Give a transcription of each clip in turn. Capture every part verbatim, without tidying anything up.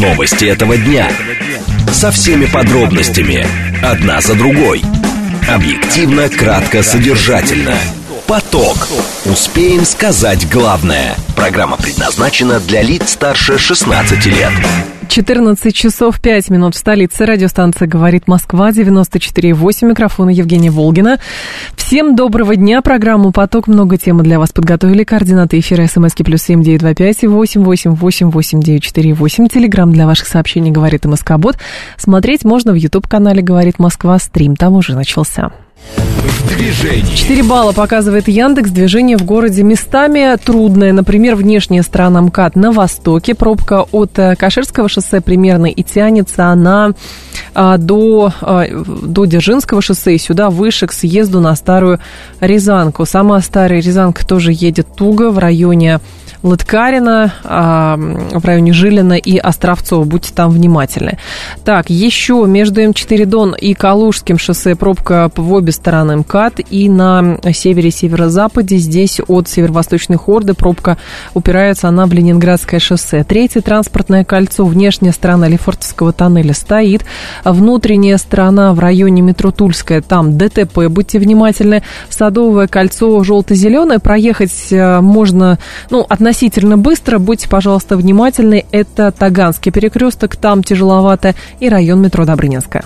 Новости этого дня. Со всеми подробностями. Одна за другой. Объективно, кратко, содержательно. Поток. Успеем сказать главное. Программа предназначена для лиц старше шестнадцати лет. четырнадцать часов пять минут в столице. Радиостанция «Говорит Москва», девяносто четыре и восемь. Микрофон Евгения Волгина. Всем доброго дня. Программу «Поток». Много темы для вас подготовили. Координаты эфира: смски плюс семь девять два пять восемь восемь восемь восемь девять четыре восемь. Телеграм для ваших сообщений «Говорит МСК-бот». Смотреть можно в YouTube-канале «Говорит Москва». Стрим там уже начался. четыре балла показывает Яндекс. Движение в городе местами трудное. Например, внешняя сторона МКАД на востоке. Пробка от Каширского шоссе примерно и тянется она а, до, а, до Дзержинского шоссе и сюда выше к съезду на Старую Рязанку. Сама Старая Рязанка тоже едет туго в районе Лыткарино, а, в районе Жилина и Островцова. Будьте там внимательны. Так, еще между эм четыре Дон и Калужским шоссе пробка в обе стороны МКАД. И на севере и северо-западе здесь от северо-восточной Хорды пробка упирается она в Ленинградское шоссе. Третье транспортное кольцо, внешняя сторона Лефортовского тоннеля стоит. Внутренняя сторона в районе метро Тульская, там ДТП, будьте внимательны. Садовое кольцо желто-зеленое, проехать можно, ну, относительно быстро, будьте, пожалуйста, внимательны. Это Таганский перекресток, там тяжеловато, и район метро Добрынинская.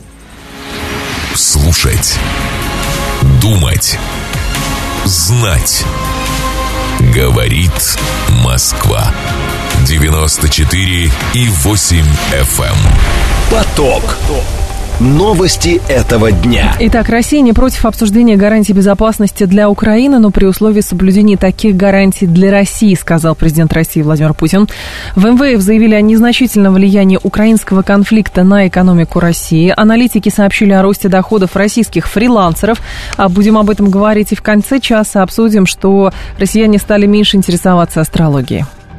Слушать, думать, знать. Говорит Москва. девяносто четыре и восемь эф эм. Поток. Новости этого дня. Итак, Россия не против обсуждения гарантий безопасности для Украины, но при условии соблюдения таких гарантий для России, сказал президент России Владимир Путин. В эм вэ эф заявили о незначительном влиянии украинского конфликта на экономику России. Аналитики сообщили о росте доходов российских фрилансеров. Будем об этом говорить и в конце часа обсудим, что россияне стали меньше интересоваться астрологией.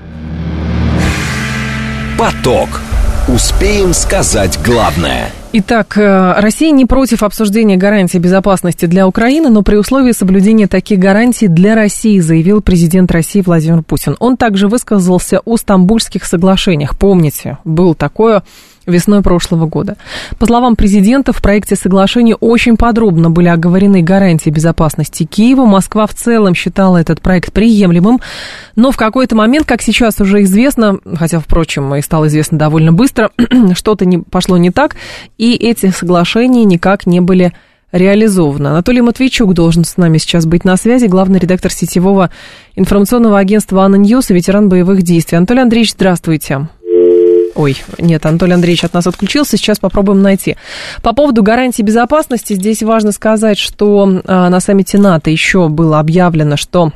Поток. Успеем сказать главное. Итак, Россия не против обсуждения гарантий безопасности для Украины, но при условии соблюдения таких гарантий для России, заявил президент России Владимир Путин. Он также высказался о Стамбульских соглашениях. Помните, было такое весной прошлого года. По словам президента, в проекте соглашения очень подробно были оговорены гарантии безопасности Киева. Москва в целом считала этот проект приемлемым, но в какой-то момент, как сейчас уже известно, хотя, впрочем, и стало известно довольно быстро, что-то не, пошло не так, и эти соглашения никак не были реализованы. Анатолий Матвейчук должен с нами сейчас быть на связи, главный редактор сетевого информационного агентства «Ана Ньюс» и ветеран боевых действий. Анатолий Андреевич, здравствуйте. Ой, нет, Анатолий Андреевич от нас отключился, сейчас попробуем найти. По поводу гарантий безопасности, здесь важно сказать, что а, на саммите НАТО еще было объявлено, что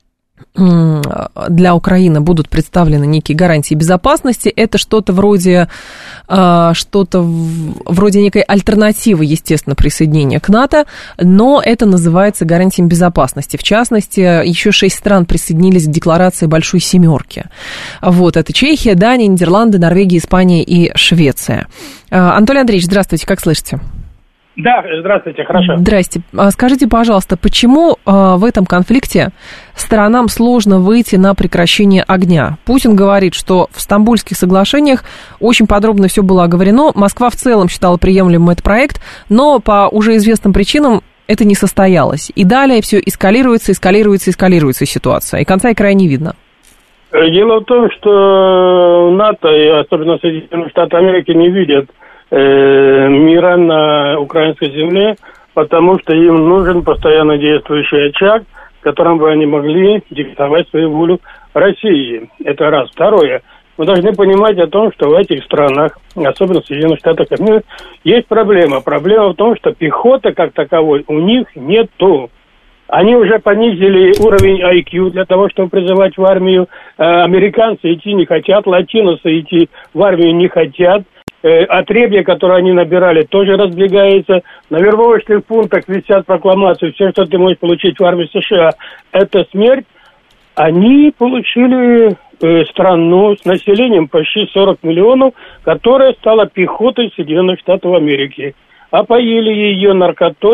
для Украины будут представлены некие гарантии безопасности. Это что-то вроде, что-то вроде некой альтернативы, естественно, присоединения к НАТО, но это называется гарантиями безопасности. В частности, еще шесть стран присоединились к декларации Большой Семерки. Вот, это Чехия, Дания, Нидерланды, Норвегия, Испания и Швеция. Анатолий Андреевич, здравствуйте, как слышите? Да, здравствуйте, хорошо. Здрасте. Скажите, пожалуйста, почему в этом конфликте сторонам сложно выйти на прекращение огня? Путин говорит, что в Стамбульских соглашениях очень подробно все было оговорено. Москва в целом считала приемлемым этот проект, но по уже известным причинам это не состоялось. И далее все эскалируется, эскалируется, эскалируется ситуация. И конца и края не видно. Дело в том, что НАТО, и особенно Соединенные Штаты Америки, не видят мира на украинской земле, потому что им нужен постоянно действующий очаг, которым бы они могли диктовать свою волю России. Это раз. Второе. Мы должны понимать о том, что в этих странах, особенно в Соединенных Штатах Америки, есть проблема. Проблема в том, что пехоты как таковой у них нету. Они уже понизили уровень ай кью для того, чтобы призывать в армию. Американцы идти не хотят, латиносы идти в армию не хотят. Отребья, которые они набирали, тоже разбегается. На вербовочных пунктах висят прокламации. Все, что ты можешь получить в армии США, это смерть. Они получили э, страну с населением почти сорок миллионов, которая стала пехотой Соединенных Штатов Америки. Опоили ее наркотой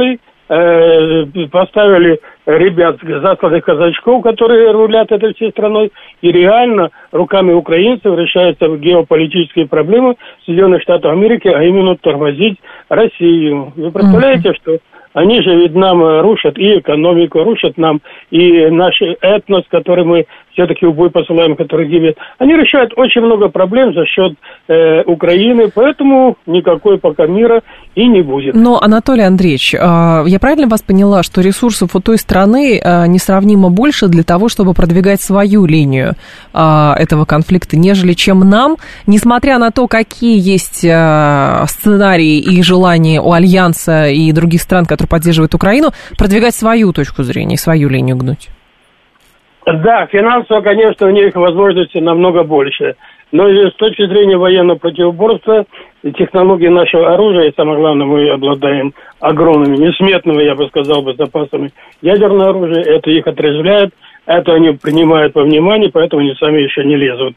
э, поставили ребят, засланных казачков, которые рулят этой всей страной, и реально руками украинцев решаются геополитические проблемы Соединенных Штатов Америки, а именно тормозить Россию. Вы представляете, mm-hmm. что они же ведь нам рушат и экономику, рушат нам и наш этнос, который мы все-таки в бой посылаем, который гибнет. Они решают очень много проблем за счет э, Украины, поэтому никакой пока мира и не будет. Но, Анатолий Андреевич, я правильно вас поняла, что ресурсов у той страны несравнимо больше для того, чтобы продвигать свою линию этого конфликта, нежели чем нам, несмотря на то, какие есть сценарии и желания у Альянса и других стран, которые поддерживают Украину, продвигать свою точку зрения, свою линию гнуть? Да, финансово, конечно, у них возможностей намного больше. Но с точки зрения военного противоборства, технологии нашего оружия, и самое главное, мы обладаем огромными, несметными, я бы сказал, бы, запасами ядерного оружия. Это их отрезвляет, это они принимают во внимание, поэтому они сами еще не лезут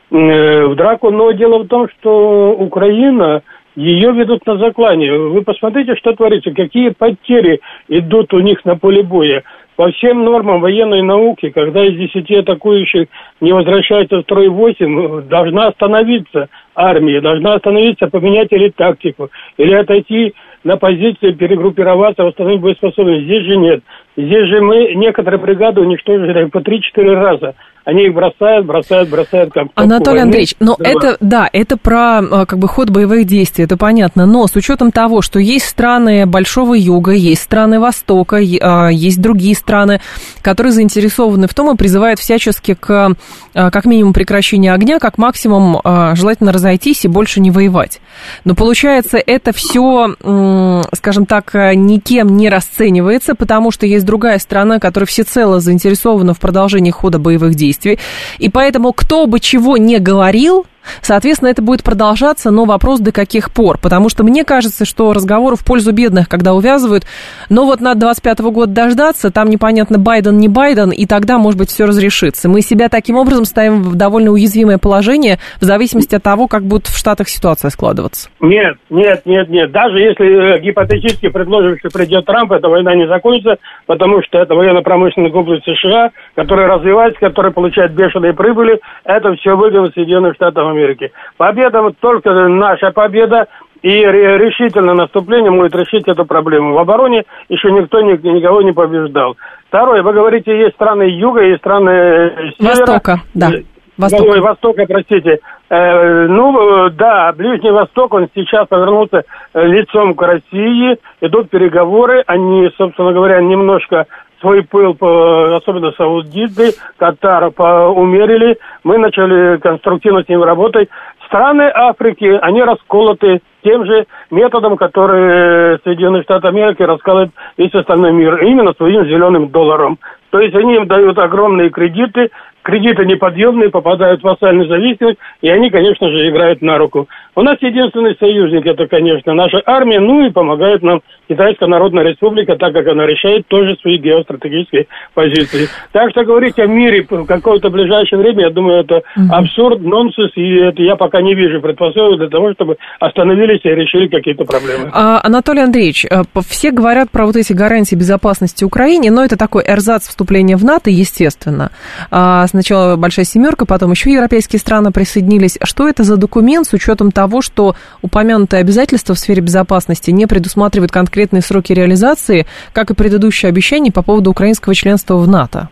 в драку. Но дело в том, что Украина, ее ведут на заклание. Вы посмотрите, что творится, какие потери идут у них на поле боя. По всем нормам военной науки, когда из десяти атакующих не возвращается в строй восемь, должна остановиться армия, должна остановиться, поменять или тактику, или отойти на позиции, перегруппироваться, восстановить боеспособность. Здесь же нет. Здесь же мы некоторые бригады уничтожили по три-четыре раза. Они их бросают, бросают, бросают. Как Анатолий Андреевич, но да. это, да, это про как бы ход боевых действий, это понятно. Но с учетом того, что есть страны Большого Юга, есть страны Востока, есть другие страны, которые заинтересованы в том и призывают всячески к, как минимум, прекращению огня, как максимум желательно разойтись и больше не воевать. Но получается, это все, скажем так, никем не расценивается, потому что есть другая страна, которая всецело заинтересована в продолжении хода боевых действий. И поэтому, кто бы чего не говорил, соответственно, это будет продолжаться, но вопрос до каких пор. Потому что мне кажется, что разговоры в пользу бедных, когда увязывают, но вот надо двадцать пятого года дождаться, там непонятно, Байден, не Байден, и тогда, может быть, все разрешится. Мы себя таким образом ставим в довольно уязвимое положение, в зависимости от того, как будет в Штатах ситуация складываться. Нет, нет, нет, нет. Даже если гипотетически предложим, что придет Трамп, эта война не закончится, потому что это военно-промышленный комплекс США, который развивается, который получает бешеные прибыли, это все выгодно Соединенных Штатов Америки. Победа, только наша победа и решительное наступление может решить эту проблему. В обороне еще никто никого не побеждал. Второе, вы говорите, есть страны юга, есть страны севера. Востока, да. Востока. Ой, Востока, простите. Э, ну, да, Ближний Восток, он сейчас повернулся лицом к России, идут переговоры, они, собственно говоря, немножко свой пыл, особенно саудиты, Катар, умерили. Мы начали конструктивно с ним работать. Страны Африки, они расколоты тем же методом, который Соединенные Штаты Америки раскалывают весь остальной мир, именно своим зеленым долларом. То есть они им дают огромные кредиты, кредиты неподъемные, попадают в вассальную зависимость, и они, конечно же, играют на руку. У нас единственный союзник, это, конечно, наша армия, ну и помогает нам Китайская Народная Республика, так как она решает тоже свои геостратегические позиции. Так что говорить о мире в какое-то ближайшее время, я думаю, это абсурд, нонсенс, и это я пока не вижу предпосылок для того, чтобы остановились и решили какие-то проблемы. А, Анатолий Андреевич, все говорят про вот эти гарантии безопасности Украине, но это такой эрзац вступления в НАТО, естественно. А, сначала Большая Семерка, потом еще европейские страны присоединились. Что это за документ с учетом того, что упомянутые обязательства в сфере безопасности не предусматривают конкретные сроки реализации, как и предыдущие обещания по поводу украинского членства в НАТО?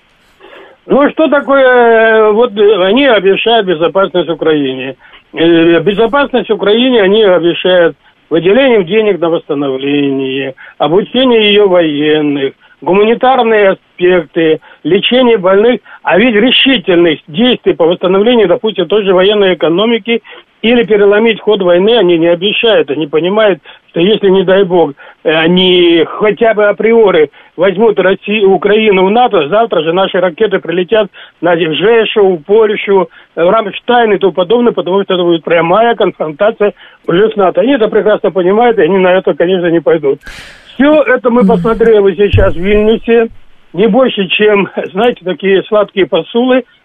Ну, что такое, вот они обещают безопасность Украине. Безопасность Украине они обещают выделением денег на восстановление, обучение ее военных, гуманитарные аспекты, лечение больных, а ведь решительных действий по восстановлению, допустим, той же военной экономики или переломить ход войны они не обещают. Они понимают, что если, не дай бог, они хотя бы априори возьмут Россию, Украину в НАТО, завтра же наши ракеты прилетят на Жешу, Польшу, Рамштайн и тому подобное, потому что это будет прямая конфронтация уже с НАТО. Они это прекрасно понимают, и они на это, конечно, не пойдут. Все это мы посмотрели сейчас в Вильнюсе. Не больше, чем, знаете, такие сладкие посулы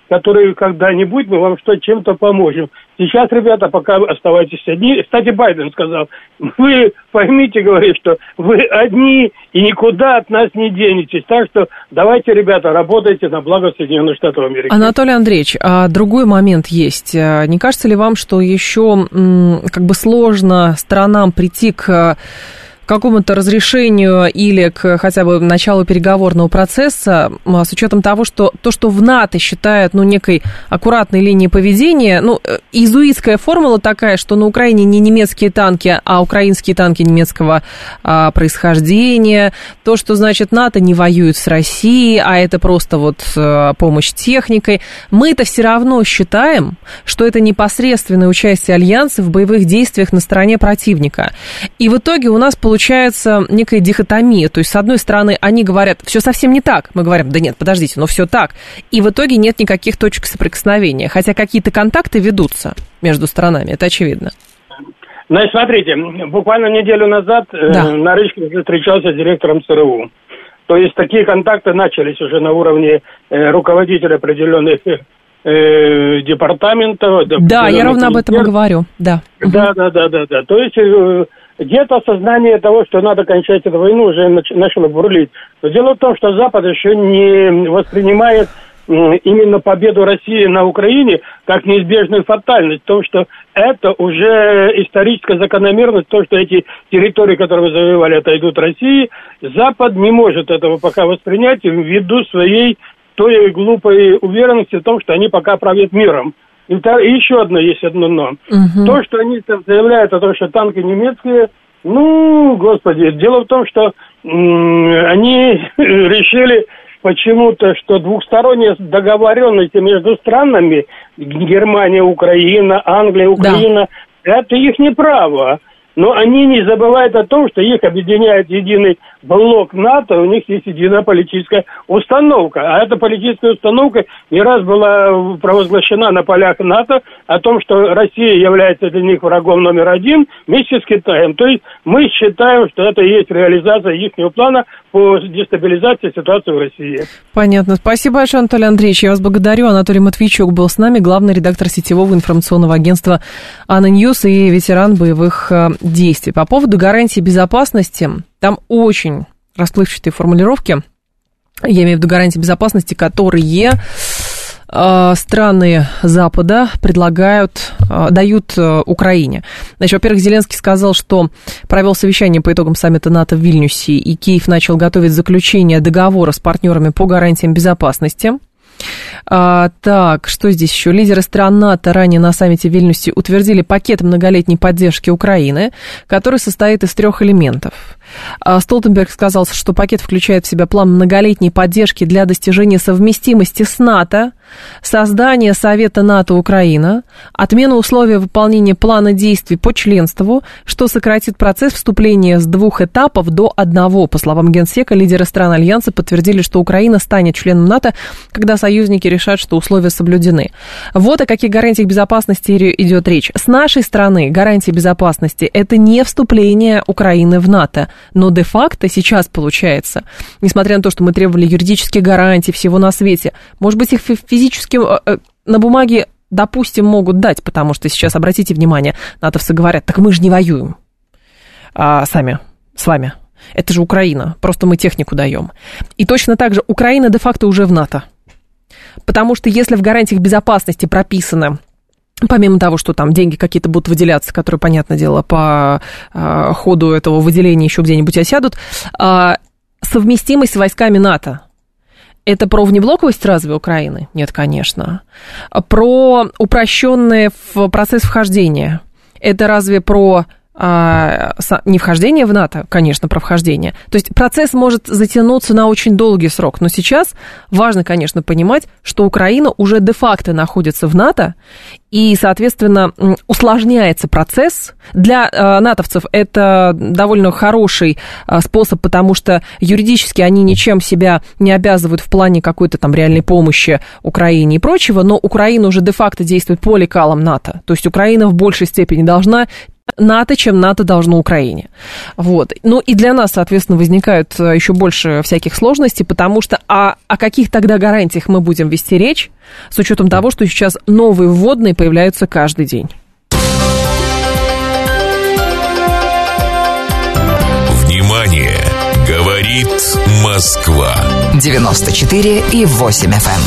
которые когда-нибудь мы вам что чем-то поможем. Сейчас, ребята, пока оставайтесь одни. Кстати, Байден сказал, вы поймите, говорит, что вы одни и никуда от нас не денетесь. Так что давайте, ребята, работайте на благо Соединенных Штатов Америки. Анатолий Андреевич, а другой момент есть. Не кажется ли вам, что еще как бы сложно сторонам прийти к какому-то разрешению или к хотя бы началу переговорного процесса, с учетом того, что то, что в НАТО считают, ну, некой аккуратной линией поведения, ну, иезуитская формула такая, что на Украине не немецкие танки, а украинские танки немецкого а, происхождения, то, что, значит, НАТО не воюет с Россией, а это просто вот а, помощь техникой, мы-то все равно считаем, что это непосредственное участие Альянса в боевых действиях на стороне противника. И в итоге у нас получается Получается некая дихотомия. То есть, с одной стороны, они говорят, все совсем не так. Мы говорим, да нет, подождите, но все так. И в итоге нет никаких точек соприкосновения. Хотя какие-то контакты ведутся между сторонами, это очевидно. Значит, смотрите, буквально неделю назад да. э, Нарышкин встречался с директором ЦРУ. То есть, такие контакты начались уже на уровне э, руководителя определенных э, департаментов. Да, я ровно об этом и говорю. Да, да, да, да, да, да. То есть... Э, Где-то осознание того, что надо кончать эту войну, уже начало бурлить. Но дело в том, что Запад еще не воспринимает именно победу России на Украине как неизбежную фатальность. То, что это уже историческая закономерность, то, что эти территории, которые вы завоевали, отойдут России, Запад не может этого пока воспринять ввиду своей той глупой уверенности в том, что они пока правят миром. И еще одно есть одно но. Угу. То, что они там заявляют о том, что танки немецкие, ну, господи, дело в том, что м- они решили почему-то, что двухсторонние договоренности между странами, Германия, Украина, Англия, Украина, да. это их не право. Но они не забывают о том, что их объединяет единый блок НАТО, у них есть единая политическая установка. А эта политическая установка не раз была провозглашена на полях НАТО о том, что Россия является для них врагом номер один вместе с Китаем. То есть мы считаем, что это и есть реализация их плана по дестабилизации ситуации в России. Понятно. Спасибо большое, Анатолий Андреевич. Я вас благодарю. Анатолий Матвейчук был с нами, главный редактор сетевого информационного агентства АНА Ньюс и ветеран боевых действий. По поводу гарантии безопасности, там очень расплывчатые формулировки, я имею в виду гарантии безопасности, которые э, страны Запада предлагают, э, дают э, Украине. Значит, во-первых, Зеленский сказал, что провел совещание по итогам саммита НАТО в Вильнюсе, и Киев начал готовить заключение договора с партнерами по гарантиям безопасности. А, так, что здесь еще? Лидеры стран НАТО ранее на саммите в Вильнюсе утвердили пакет многолетней поддержки Украины, который состоит из трех элементов. А, Столтенберг сказал, что пакет включает в себя план многолетней поддержки для достижения совместимости с НАТО, создание Совета НАТО-Украина, отмена условия выполнения плана действий по членству, что сократит процесс вступления с двух этапов до одного. По словам Генсека, лидеры стран Альянса подтвердили, что Украина станет членом НАТО, когда союзники решат, что условия соблюдены. Вот о каких гарантиях безопасности идет речь. С нашей стороны гарантии безопасности – это не вступление Украины в НАТО. Но де-факто сейчас получается, несмотря на то, что мы требовали юридических гарантий всего на свете, может быть, их физически на бумаге, допустим, могут дать, потому что сейчас, обратите внимание, натовцы говорят, так мы же не воюем а, сами, с вами. Это же Украина, просто мы технику даем. И точно так же Украина де-факто уже в НАТО. Потому что если в гарантиях безопасности прописано, помимо того, что там деньги какие-то будут выделяться, которые, понятное дело, по э, ходу этого выделения еще где-нибудь осядут, э, совместимость с войсками НАТО. Это про внеблоковость разве Украины? Нет, конечно. Про упрощенный процесс вхождения. Это разве про а, не вхождение в НАТО? Конечно, про вхождение. То есть процесс может затянуться на очень долгий срок. Но сейчас важно, конечно, понимать, что Украина уже де-факто находится в НАТО, и, соответственно, усложняется процесс. Для э, натовцев это довольно хороший э, способ, потому что юридически они ничем себя не обязывают в плане какой-то там реальной помощи Украине и прочего, но Украина уже де-факто действует по лекалам НАТО. То есть Украина в большей степени должна НАТО, чем НАТО должно Украине. Вот. Ну и для нас, соответственно, возникают еще больше всяких сложностей, потому что о, о каких тогда гарантиях мы будем вести речь, с учетом того, что сейчас новые вводные появляются каждый день. Внимание! Говорит Москва. девяносто четыре и восемь эф эм.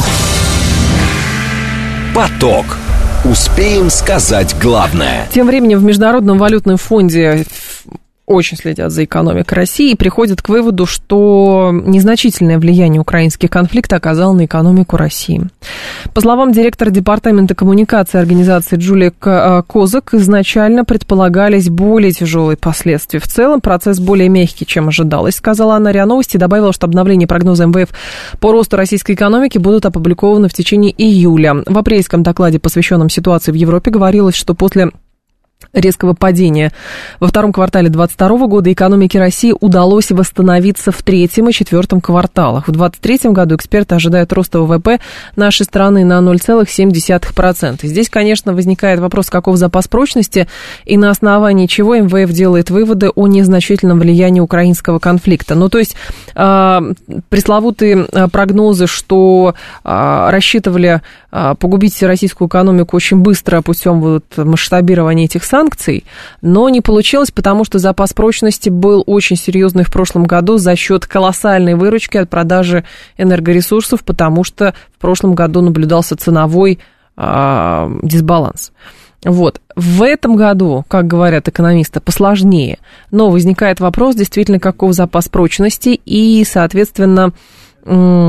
Поток. Успеем сказать главное. Тем временем в Международном валютном фонде очень следят за экономикой России и приходят к выводу, что незначительное влияние украинский конфликт оказал на экономику России. По словам директора департамента коммуникации организации Джулии Козак, изначально предполагались более тяжелые последствия. В целом процесс более мягкий, чем ожидалось, сказала она РИА Новости, и добавила, что обновление прогноза эм вэ эф по росту российской экономики будут опубликованы в течение июля. В апрельском докладе, посвященном ситуации в Европе, говорилось, что после резкого падения во втором квартале двадцать второго года экономике России удалось восстановиться в третьем и четвертом кварталах. В двадцать третьем году эксперты ожидают роста вэ вэ пэ нашей страны на ноль целых семь десятых процента. Здесь, конечно, возникает вопрос, каков запас прочности и на основании чего эм вэ эф делает выводы о незначительном влиянии украинского конфликта. Ну, то есть э, пресловутые прогнозы, что э, рассчитывали э, погубить российскую экономику очень быстро путем вот масштабирования этих санкций, но не получилось, потому что запас прочности был очень серьезный в прошлом году за счет колоссальной выручки от продажи энергоресурсов, потому что в прошлом году наблюдался ценовой э, дисбаланс. Вот. В этом году, как говорят экономисты, посложнее, но возникает вопрос, действительно, каков запас прочности и, соответственно, э,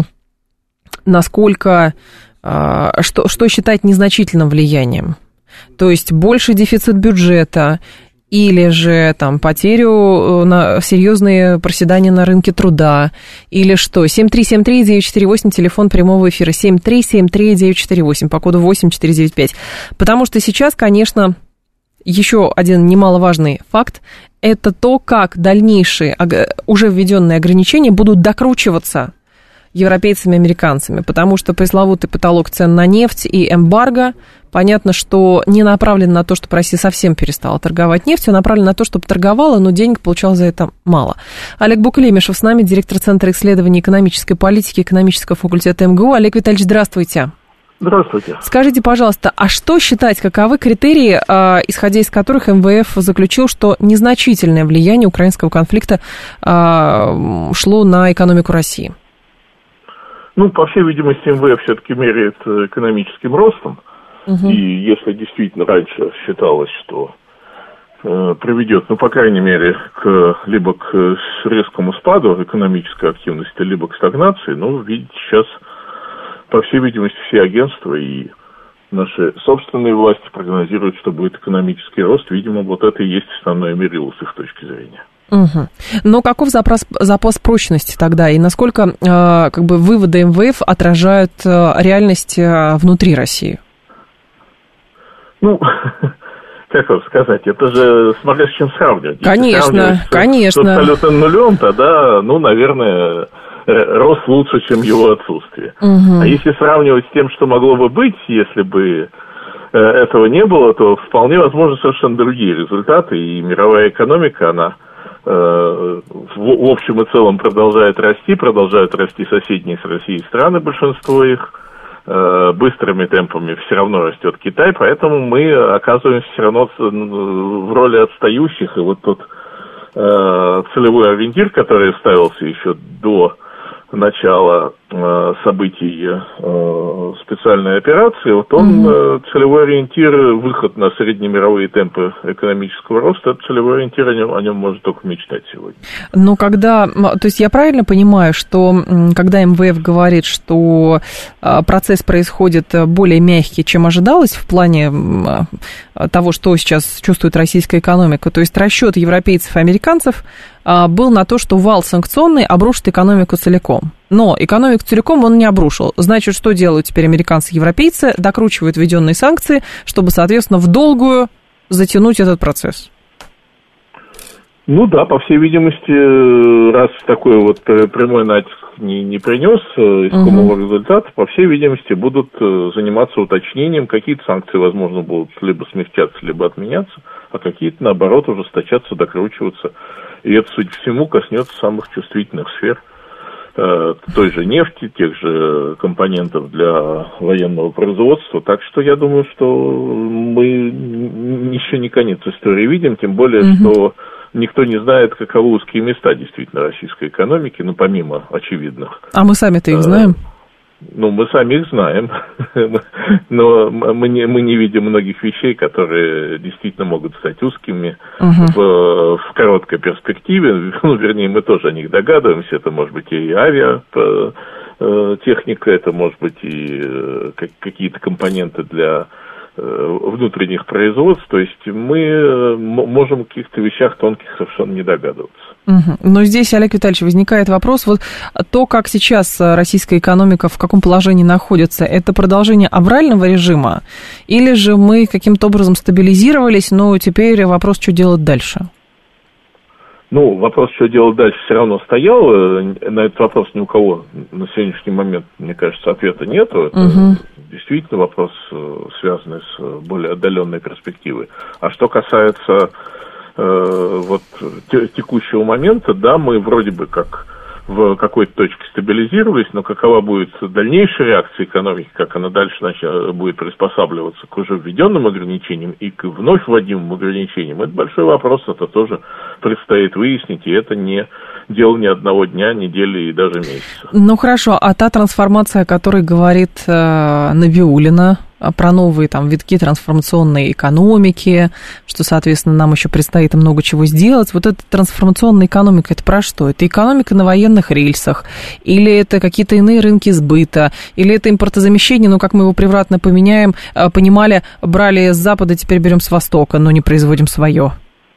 насколько, э, что, что считать незначительным влиянием. То есть больше дефицит бюджета или же там потерю, на, серьезные проседания на рынке труда, или что? семь три семь три девять четыре восемь, телефон прямого эфира, семь три семь три девять четыре восемь, по коду восемь четыре девять пять. Потому что сейчас, конечно, еще один немаловажный факт, это то, как дальнейшие уже введенные ограничения будут докручиваться европейцами и американцами, потому что пресловутый потолок цен на нефть и эмбарго, понятно, что не направлен на то, чтобы Россия совсем перестала торговать нефтью, а направлен на то, чтобы торговала, но денег получала за это мало. Олег Букалемишев с нами, директор Центра исследований экономической политики экономического факультета эм гэ у. Олег Витальевич, здравствуйте. Здравствуйте. Скажите, пожалуйста, а что считать, каковы критерии, э, исходя из которых эм вэ эф заключил, что незначительное влияние украинского конфликта э, шло на экономику России? Ну, по всей видимости, эм вэ эф все-таки меряет экономическим ростом. Угу. И если действительно раньше считалось, что э, приведет, ну, по крайней мере, к, либо к резкому спаду экономической активности, либо к стагнации, ну, видите, сейчас, по всей видимости, все агентства и наши собственные власти прогнозируют, что будет экономический рост. Видимо, вот это и есть основное мерило с их точки зрения. Угу. Но каков запас, запас прочности тогда, и насколько э, как бы выводы эм вэ эф отражают э, реальность э, внутри России? Ну, как вам сказать, это же смотря с чем сравнивать. Конечно, с, конечно. С абсолютным нулем, тогда, ну, наверное, рост лучше, чем его отсутствие. Угу. А если сравнивать с тем, что могло бы быть, если бы э, этого не было, то вполне возможно совершенно другие результаты, и мировая экономика, она в общем и целом продолжает расти, продолжают расти соседние с Россией страны, большинство их, быстрыми темпами все равно растет Китай, поэтому мы оказываемся все равно в роли отстающих, и вот тот целевой ориентир, который ставился еще до начала э, событий э, специальной операции, вот он, mm-hmm. э, целевой ориентир, выход на среднемировые темпы экономического роста, это целевой ориентир, о нем, о нем можно только мечтать сегодня. Но когда, то есть я правильно понимаю, что когда эм вэ эф говорит, что процесс происходит более мягкий, чем ожидалось в плане того, что сейчас чувствует российская экономика, то есть расчет европейцев и американцев был на то, что вал санкционный обрушит экономику целиком. Но экономику целиком он не обрушил. Значит, что делают теперь американцы и европейцы? Докручивают введенные санкции, чтобы, соответственно, в долгую затянуть этот процесс. Ну да, по всей видимости, раз такой вот прямой натиск не, не принес искомого uh-huh. результата, по всей видимости, будут заниматься уточнением. Какие-то санкции, возможно, будут либо смягчаться, либо отменяться, а какие-то, наоборот, ужесточаться, докручиваться. И это, судя по всему, коснется самых чувствительных сфер э, той же нефти, тех же компонентов для военного производства. Так что я думаю, что мы еще не конец истории видим, тем более, uh-huh. что никто не знает, каковы узкие места действительно российской экономики, ну, помимо очевидных. А мы сами-то их знаем? Ну, мы сами их знаем, но мы не, мы не видим многих вещей, которые действительно могут стать узкими uh-huh. в, в короткой перспективе. Ну, вернее, мы тоже о них догадываемся. Это может быть и авиатехника, это может быть и какие-то компоненты для внутренних производств, то есть мы можем о каких-то вещах тонких совершенно не догадываться. Угу. Но здесь, Олег Витальевич, возникает вопрос, вот то, как сейчас российская экономика, в каком положении находится, это продолжение аврального режима, или же мы каким-то образом стабилизировались, но теперь вопрос, что делать дальше? Ну, вопрос, что делать дальше, все равно стоял. На этот вопрос ни у кого на сегодняшний момент, мне кажется, ответа нету. Это угу. действительно вопрос, связанный с более отдаленной перспективой. А что касается э, вот текущего момента, да, мы вроде бы как в какой-то точке стабилизировались, но какова будет дальнейшая реакция экономики, как она дальше начнет, будет приспосабливаться к уже введенным ограничениям и к вновь вводимым ограничениям, это большой вопрос, это тоже предстоит выяснить, и это не дело ни одного дня, недели и даже месяца. Ну хорошо, а та трансформация, о которой говорит э, Набиуллина, про новые там витки трансформационной экономики, что, соответственно, нам еще предстоит много чего сделать. Вот эта трансформационная экономика, это про что? Это экономика на военных рельсах? Или это какие-то иные рынки сбыта? Или это импортозамещение, ну, как мы его превратно поменяем, понимали, брали с Запада, теперь берем с Востока, но не производим свое?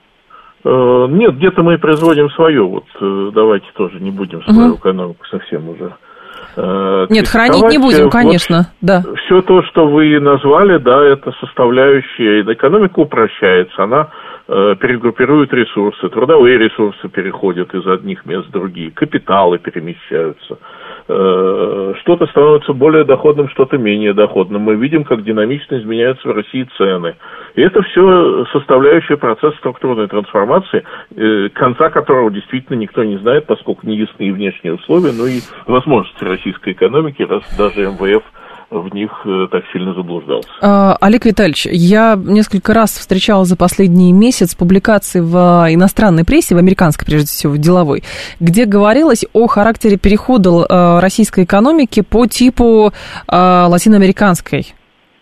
Нет, где-то мы производим свое. Вот давайте тоже не будем свою uh-huh. экономику совсем уже... Нет, хранить не будем, вот конечно, да. Все то, что вы назвали, да, это составляющая. Экономика упрощается, она э, перегруппирует ресурсы, трудовые ресурсы переходят из одних мест в другие, капиталы перемещаются. Э, что-то становится более доходным, что-то менее доходным. Мы видим, как динамично изменяются в России цены. И это все составляющая процесса структурной трансформации, э, конца которого действительно никто не знает, поскольку не ясны и внешние условия, но и возможности российской экономики, раз даже эм вэ эф в них э, так сильно заблуждался. А, Олег Витальевич, я несколько раз встречала за последний месяц публикации в иностранной прессе, в американской, прежде всего, в деловой, где говорилось о характере перехода э, российской экономики по типу э, латиноамериканской.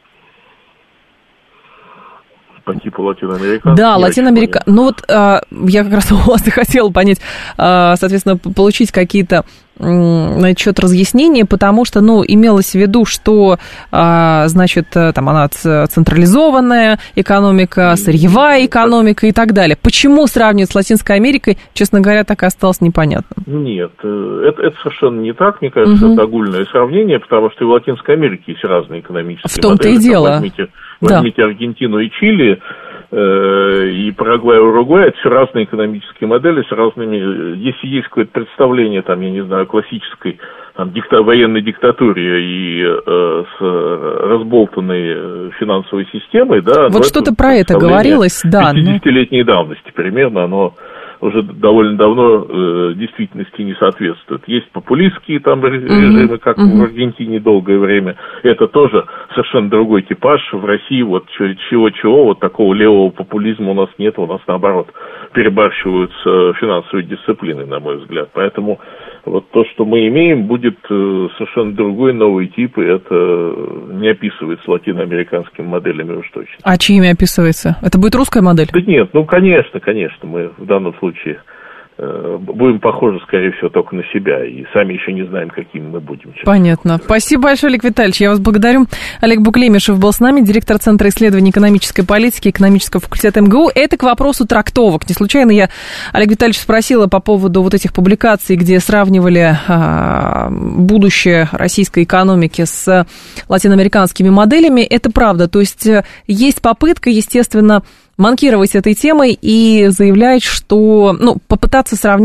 По типу латиноамериканской? Да, латиноамерика. Ну вот а, я как раз у вас и хотела понять, а, соответственно, получить какие-то на этот счет разъяснения, потому что, ну, имелось в виду, что, а, значит, там она централизованная экономика, сырьевая экономика и так далее. Почему сравнивать с Латинской Америкой, честно говоря, так и осталось непонятным. Нет, это, это совершенно не так, мне кажется, угу. это огульное сравнение, потому что и в Латинской Америке есть разные экономические модели. В том-то модели. и дело. Возьмите, возьмите да. Аргентину и Чили, и Парагвай, и Уругвай, это все разные экономические модели с разными, если есть какое-то представление, там, я не знаю, классической там, дикта, военной диктатуре и э, с разболтанной финансовой системой, да. Вот что-то про это говорилось, да. пятидесятилетней но... давности примерно, оно уже довольно давно э, действительности не соответствует. Есть популистские там режимы, mm-hmm. как mm-hmm. в Аргентине долгое время. Это тоже совершенно другой типаж. В России вот чего-чего, вот такого левого популизма у нас нет. У нас, наоборот, перебарщивают с финансовой дисциплиной, на мой взгляд. Поэтому вот то, что мы имеем, будет совершенно другой, новый тип, и это не описывается латиноамериканскими моделями уж точно. А чьими описывается? Это будет русская модель? Да нет, ну, конечно, конечно. Мы в данном случае э, будем похожи, скорее всего, только на себя, и сами еще не знаем, какими мы будем. Понятно. Спасибо большое, Олег Витальевич. Я вас благодарю. Олег Буклемишев был с нами, директор Центра исследований экономической политики, экономического факультета эм гэ у. Это к вопросу трактовок. Не случайно я, Олег Витальевич, спросила по поводу вот этих публикаций, где сравнивали а, будущее российской экономики с латиноамериканскими моделями. Это правда. То есть есть попытка, естественно, манкировать этой темой и заявлять, что, ну, попытаться сравнить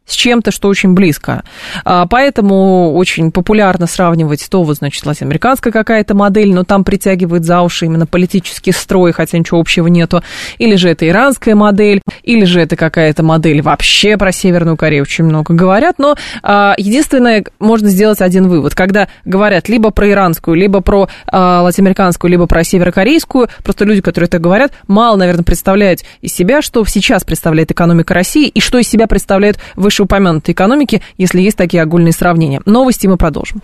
с чем-то, что очень близко. Поэтому очень популярно сравнивать то, вот, значит, латиноамериканская какая-то модель, но там притягивает за уши именно политический строй, хотя ничего общего нету. Или же это иранская модель, или же это какая-то модель вообще про Северную Корею очень много говорят. Но единственное, можно сделать один вывод. Когда говорят либо про иранскую, либо про латиноамериканскую, либо про северокорейскую, просто люди, которые это говорят, мало, наверное, представляют из себя, что сейчас представляет экономика России и что из себя представляют вышеупомянутые экономики, если есть такие огульные сравнения. Новости мы продолжим.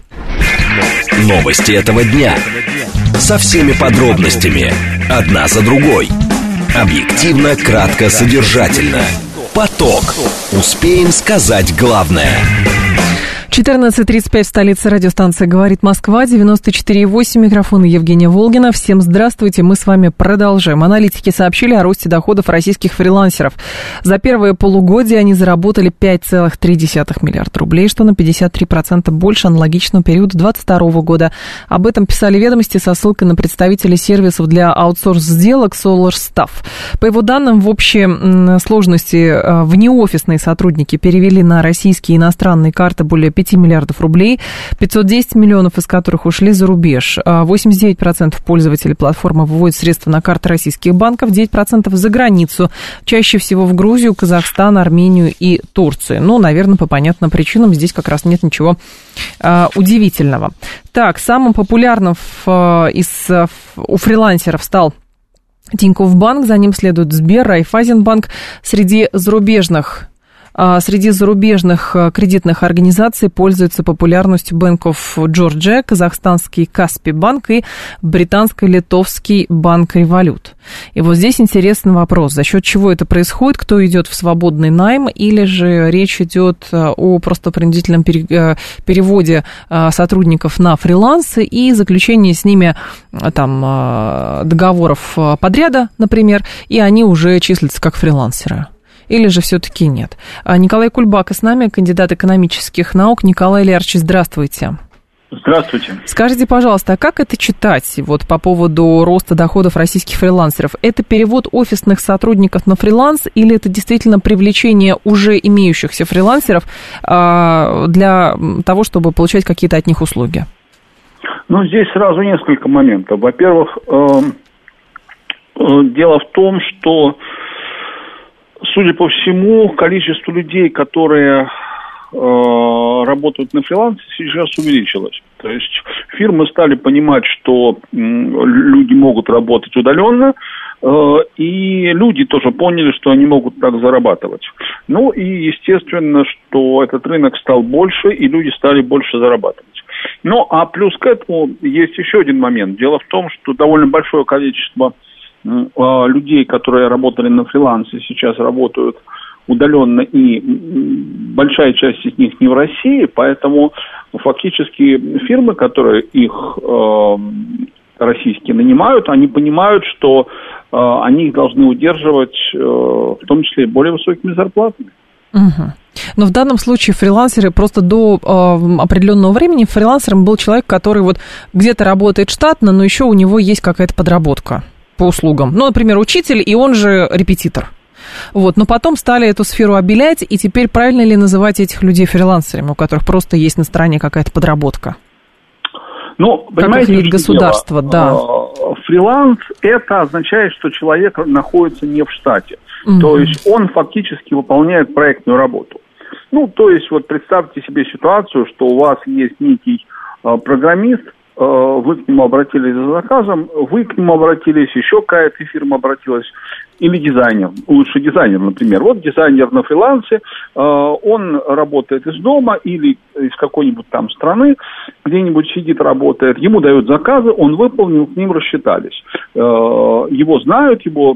Новости этого дня. Со всеми подробностями. Одна за другой. Объективно, кратко, содержательно. Поток. Успеем сказать главное. четырнадцать тридцать пять в столице, радиостанция «Говорит Москва», девяносто четыре и восемь, микрофон Евгения Волгина. Всем здравствуйте, мы с вами продолжаем. Аналитики сообщили о росте доходов российских фрилансеров. За первое полугодие они заработали пять целых три десятых миллиарда рублей, что на пятьдесят три процента больше аналогичного периода две тысячи двадцать второго года. Об этом писали «Ведомости» со ссылкой на представителей сервисов для аутсорс-сделок SolarStaff. По его данным, в общей сложности внеофисные сотрудники перевели на российские и иностранные карты более пяти миллиардов рублей, пятьсот десять миллионов из которых ушли за рубеж. восемьдесят девять процентов пользователей платформы выводят средства на карты российских банков, девять процентов за границу, чаще всего в Грузию, Казахстан, Армению и Турцию. Ну, наверное, по понятным причинам здесь как раз нет ничего а, удивительного. Так, самым популярным в, из, у фрилансеров стал Тинькофф Банк, за ним следует Сбер, Райффайзенбанк. Среди зарубежных Среди зарубежных кредитных организаций пользуется популярностью Bank of Georgia, казахстанский Каспий банк и британско-литовский банк Revolut. И вот здесь интересный вопрос, за счет чего это происходит, кто идет в свободный найм, или же речь идет о просто принудительном переводе сотрудников на фрилансы и заключении с ними там договоров подряда, например, и они уже числятся как фрилансеры. Или же все-таки нет? Николай Кульбака с нами, кандидат экономических наук. Николай Леонидович, здравствуйте. Здравствуйте. Скажите, пожалуйста, а как это читать вот по поводу роста доходов российских фрилансеров? Это перевод офисных сотрудников на фриланс или это действительно привлечение уже имеющихся фрилансеров а, для того, чтобы получать какие-то от них услуги? Ну, здесь сразу несколько моментов. Во-первых, э, э, дело в том, что судя по всему, количество людей, которые э, работают на фрилансе, сейчас увеличилось. То есть фирмы стали понимать, что э, люди могут работать удаленно, э, и люди тоже поняли, что они могут так зарабатывать. Ну и естественно, что этот рынок стал больше, и люди стали больше зарабатывать. Ну а плюс к этому есть еще один момент. Дело в том, что довольно большое количество людей, которые работали на фрилансе, сейчас работают удаленно, и большая часть из них не в России, поэтому фактически фирмы, которые их э, российские нанимают, они понимают, что э, они их должны удерживать, э, в том числе и более высокими зарплатами. Угу. Но в данном случае фрилансеры просто до э, определенного времени фрилансером был человек, который вот где-то работает штатно, но еще у него есть какая-то подработка по услугам. Ну, например, учитель, и он же репетитор. Вот. Но потом стали эту сферу обелять, и теперь правильно ли называть этих людей фрилансерами, у которых просто есть на стороне какая-то подработка? Ну, понимаете, как их государство, да. Фриланс – это означает, что человек находится не в штате. Mm-hmm. То есть он фактически выполняет проектную работу. Ну, то есть вот представьте себе ситуацию, что у вас есть некий э, программист, вы к нему обратились за заказом, вы к нему обратились, еще какая-то фирма обратилась, или дизайнер, лучше дизайнер, например. Вот дизайнер на фрилансе, он работает из дома или из какой-нибудь там страны, где-нибудь сидит, работает, ему дают заказы, он выполнил, к ним рассчитались. Его знают, его,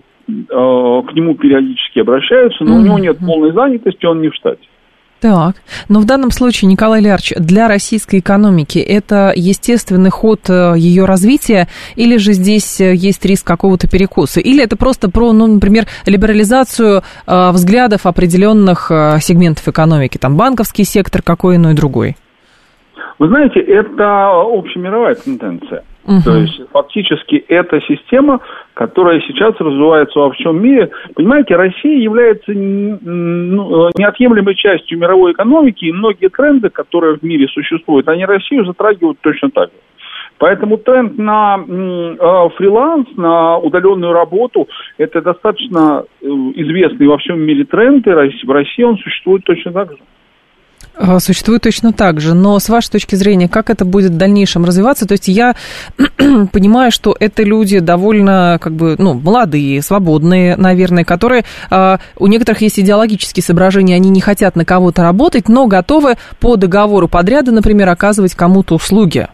к нему периодически обращаются, но у него нет полной занятости, он не в штате. Так, но в данном случае, Николай Леонидович, для российской экономики это естественный ход ее развития, или же здесь есть риск какого-то перекоса? Или это просто про, ну, например, либерализацию э, взглядов определенных э, сегментов экономики, там банковский сектор, какой иной другой? Вы знаете, это общемировая тенденция. Угу. То есть, фактически, это система, которая сейчас развивается во всем мире. Понимаете, Россия является неотъемлемой частью мировой экономики, и многие тренды, которые в мире существуют, они Россию затрагивают точно так же. Поэтому тренд на э, фриланс, на удаленную работу, это достаточно э, известный во всем мире тренд, и в России он существует точно так же. Существует точно так же, но с вашей точки зрения, как это будет в дальнейшем развиваться? То есть я понимаю, что это люди довольно, как бы, ну, молодые, свободные, наверное, которые, э, у некоторых есть идеологические соображения, они не хотят на кого-то работать, но готовы по договору подряда, например, оказывать кому-то услуги.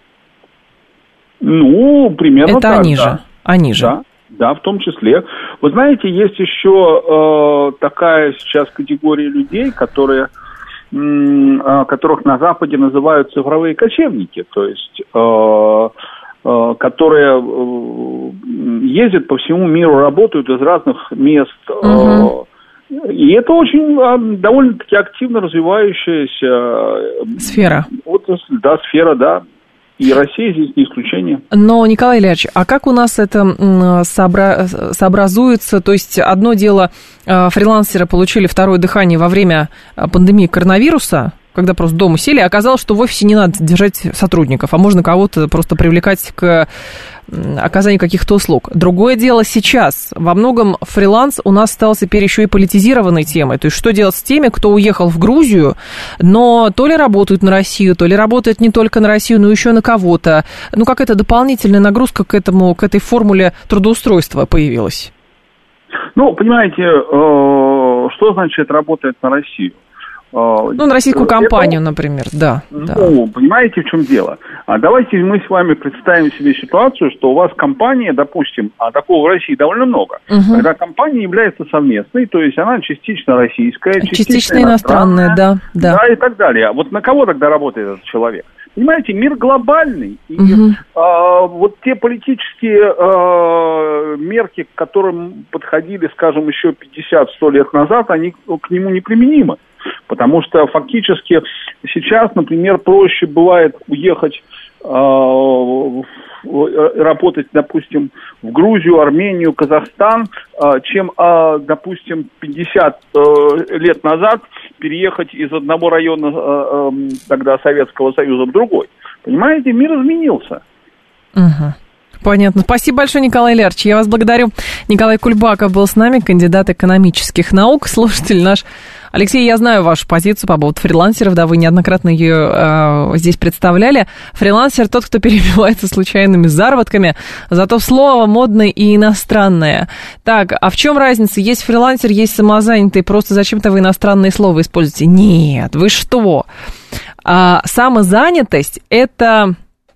Ну, примерно это так, они да. же, они же. Да. Да, в том числе. Вы знаете, есть еще э, такая сейчас категория людей, которые... которых на Западе называют цифровые кочевники, то есть э, э, которые э, ездят по всему миру, работают из разных мест. Угу. Э, и это очень э, довольно-таки активно развивающаяся сфера. Отрасль, да, сфера, да. И Россия здесь не исключение. Но, Николай Ильич, а как у нас это сообра... сообразуется? То есть одно дело, фрилансеры получили второе дыхание во время пандемии коронавируса, когда просто дома сели, оказалось, что в офисе не надо держать сотрудников, а можно кого-то просто привлекать к оказанию каких-то услуг. Другое дело сейчас. Во многом фриланс у нас стал теперь еще и политизированной темой. То есть что делать с теми, кто уехал в Грузию, но то ли работают на Россию, то ли работают не только на Россию, но еще на кого-то. Ну, какая-то дополнительная нагрузка к этому, к этой формуле трудоустройства появилась. Ну, понимаете, что значит работает на Россию? Ну, на российскую компанию, это, например, да. Ну, да. понимаете, в чем дело? А давайте мы с вами представим себе ситуацию, что у вас компания, допустим, а такого в России довольно много, угу. когда компания является совместной, то есть она частично российская, частично, частично иностранная, иностранная да, да. Да, и так далее. Вот на кого тогда работает этот человек? Понимаете, мир глобальный, и угу. э, вот те политические э, мерки, к которым подходили, скажем, еще пятьдесят-сто лет назад, они к нему неприменимы. Потому что фактически сейчас, например, проще бывает уехать э, работать, допустим, в Грузию, Армению, Казахстан, э, чем, э, допустим, пятьдесят э, лет назад переехать из одного района э, э, тогда Советского Союза в другой. Понимаете, мир изменился. Угу. Понятно. Спасибо большое, Николай Ильич. Я вас благодарю. Николай Кульбаков был с нами, кандидат экономических наук, слушатель наш. Алексей, я знаю вашу позицию по поводу фрилансеров, да, вы неоднократно ее э, здесь представляли. Фрилансер тот, кто перебивается случайными заработками, зато слово модное и иностранное. Так, а в чем разница? Есть фрилансер, есть самозанятый, просто зачем-то вы иностранные слова используете? Нет, вы что? А, самозанятость – это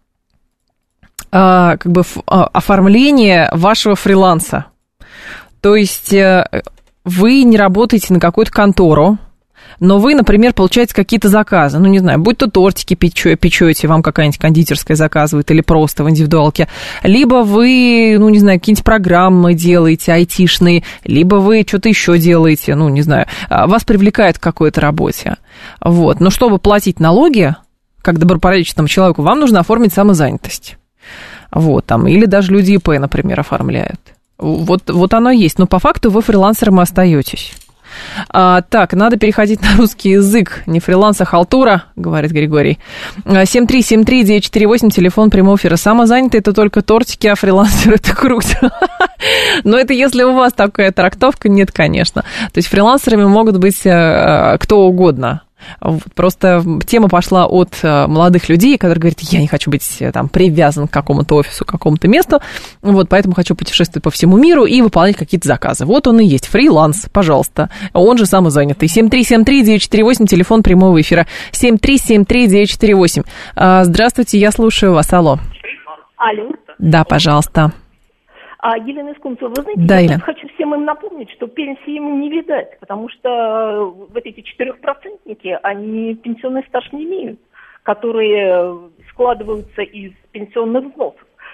а, как бы ф, а, оформление вашего фриланса. То есть вы не работаете на какую-то контору, но вы, например, получаете какие-то заказы. Ну, не знаю, будь то тортики печете, вам какая-нибудь кондитерская заказывает, или просто в индивидуалке. Либо вы, ну, не знаю, какие-нибудь программы делаете, айтишные, либо вы что-то еще делаете, ну, не знаю, вас привлекает к какой-то работе. Вот. Но чтобы платить налоги, как добропорядочному человеку, вам нужно оформить самозанятость. Вот, там, или даже люди ИП, например, оформляют. Вот, вот оно есть, но по факту вы фрилансером и остаетесь. А, так, надо переходить на русский язык, не фриланс, а халтура, говорит Григорий. семь три семь три девять четыре восемь, телефон прямого эфира. Самозанятый — это только тортики, а фрилансер — это круть. Но это если у вас такая трактовка, нет, конечно. То есть фрилансерами могут быть кто угодно. Просто тема пошла от молодых людей, которые говорят, я не хочу быть там привязан к какому-то офису, к какому-то месту, вот, поэтому хочу путешествовать по всему миру и выполнять какие-то заказы. Вот он и есть, фриланс, пожалуйста, он же самозанятый. семь три семь три девять четыре восемь, телефон прямого эфира. семь три семь три девять четыре восемь. Здравствуйте, я слушаю вас, алло. Алло. Да, пожалуйста. А, Елена Искунцева, вы знаете, да, я Елена. хочу всем им напомнить, что пенсии им не видать, потому что вот эти четырехпроцентники, они пенсионный стаж не имеют, которые складываются из пенсионных взносов.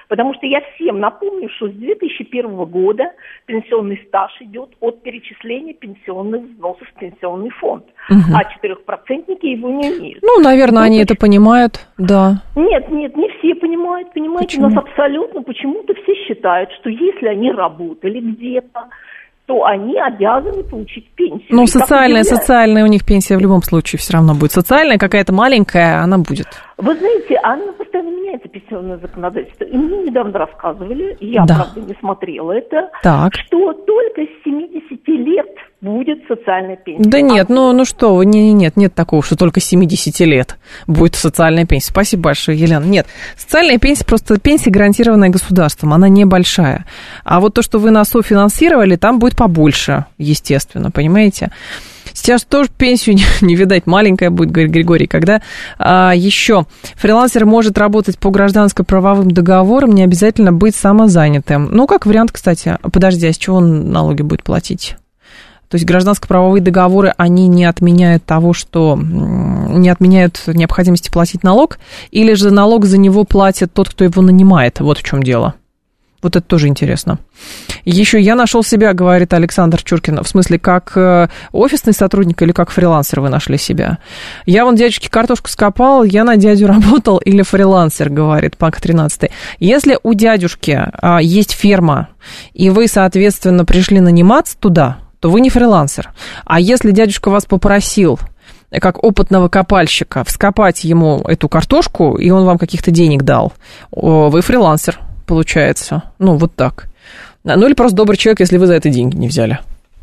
Потому что я всем напомню, что с две тысячи первого года пенсионный стаж идет от перечисления пенсионных взносов в пенсионный фонд. Угу. А четырехпроцентники его не имеют. Ну, наверное, ну, они это понимают, да. Нет, нет, не все понимают, понимаете, у нас абсолютно почему-то все считают, что если они работали где-то, то они обязаны получить пенсию. Ну, социальная, социальная у них пенсия в любом случае все равно будет. Социальная какая-то маленькая, она будет. Вы знаете, она постоянно меняется, пенсионное законодательство. И мне недавно рассказывали, я, да. правда, не смотрела это, так. что только с семидесяти лет будет социальная пенсия. Да нет, ну, ну что вы, не, нет, нет такого, что только с семидесяти лет будет социальная пенсия. Спасибо большое, Елена. Нет, социальная пенсия, просто пенсия, гарантированная государством, она небольшая. А вот то, что вы нас софинансировали, там будет побольше, естественно, понимаете? Сейчас тоже пенсию не, не видать, маленькая будет, говорит Григорий. Когда а, еще фрилансер может работать по гражданско-правовым договорам, не обязательно быть самозанятым. Ну, как вариант, кстати. Подожди, а с чего он налоги будет платить? То есть гражданско-правовые договоры, они не отменяют того, что не отменяют необходимости платить налог, или же налог за него платит тот, кто его нанимает? Вот в чем дело. Вот это тоже интересно. Еще я нашел себя, говорит Александр Чуркин, в смысле, как офисный сотрудник или как фрилансер вы нашли себя? Я вон дядюшке картошку скопал, я на дядю работал или фрилансер, говорит Пак тринадцатый. Если у дядюшки а, есть ферма, и вы, соответственно, пришли наниматься туда, то вы не фрилансер. А если дядюшка вас попросил, как опытного копальщика, вскопать ему эту картошку, и он вам каких-то денег дал, вы фрилансер, получается. Ну, вот так. Ну, или просто добрый человек, если вы за это деньги не взяли.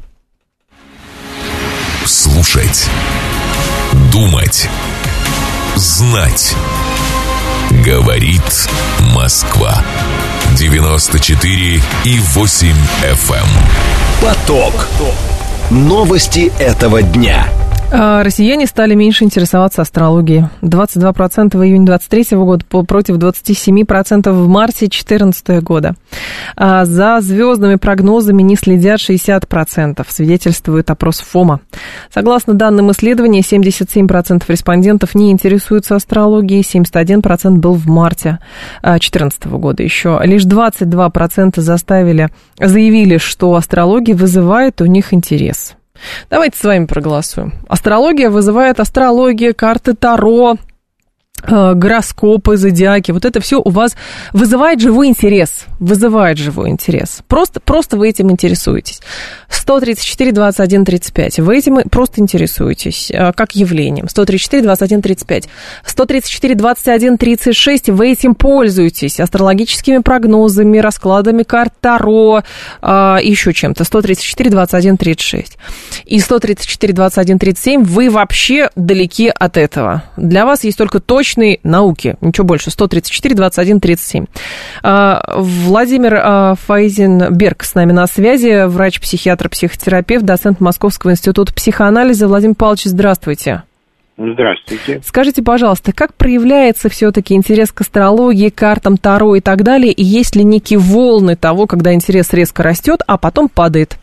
Слушать. Думать. Знать. Говорит Москва. девяносто четыре и восемь эф эм. Поток. Новости этого дня. Россияне стали меньше интересоваться астрологией. двадцать два процента в июне двадцать третьего года против двадцать семь процентов в марте две тысячи четырнадцатого года. За звездными прогнозами не следят шестьдесят процентов, свидетельствует опрос ФОМА. Согласно данным исследования, семьдесят семь процентов респондентов не интересуются астрологией, семьдесят один процент был в марте две тысячи четырнадцатого года еще. Лишь двадцать два процента заставили, заявили, что астрология вызывает у них интерес. Давайте с вами проголосуем. Астрология вызывает астрология, карты Таро, э, гороскопы, зодиаки. Вот это все у вас вызывает живой интерес. Вызывает живой интерес. Просто, просто вы этим интересуетесь. сто тридцать четыре двадцать один тридцать пять. Вы этим просто интересуетесь э, как явлением. сто тридцать четыре двадцать один тридцать пять. сто тридцать четыре двадцать один тридцать шесть. Вы этим пользуетесь. Астрологическими прогнозами, раскладами карт Таро, э, еще чем-то. сто тридцать четыре двадцать один тридцать шесть. И сто тридцать четыре двадцать один тридцать семь. Вы вообще далеки от этого. Для вас есть только точные науки. Ничего больше. сто тридцать четыре двадцать один тридцать семь. Э, Владимир э, Файзенберг с нами на связи. Врач-психиатр, психотерапевт, доцент Московского института психоанализа. Владимир Павлович, здравствуйте. Здравствуйте. Скажите, пожалуйста, как проявляется все-таки интерес к астрологии, картам Таро и так далее, и есть ли некие волны того, когда интерес резко растет, а потом падает?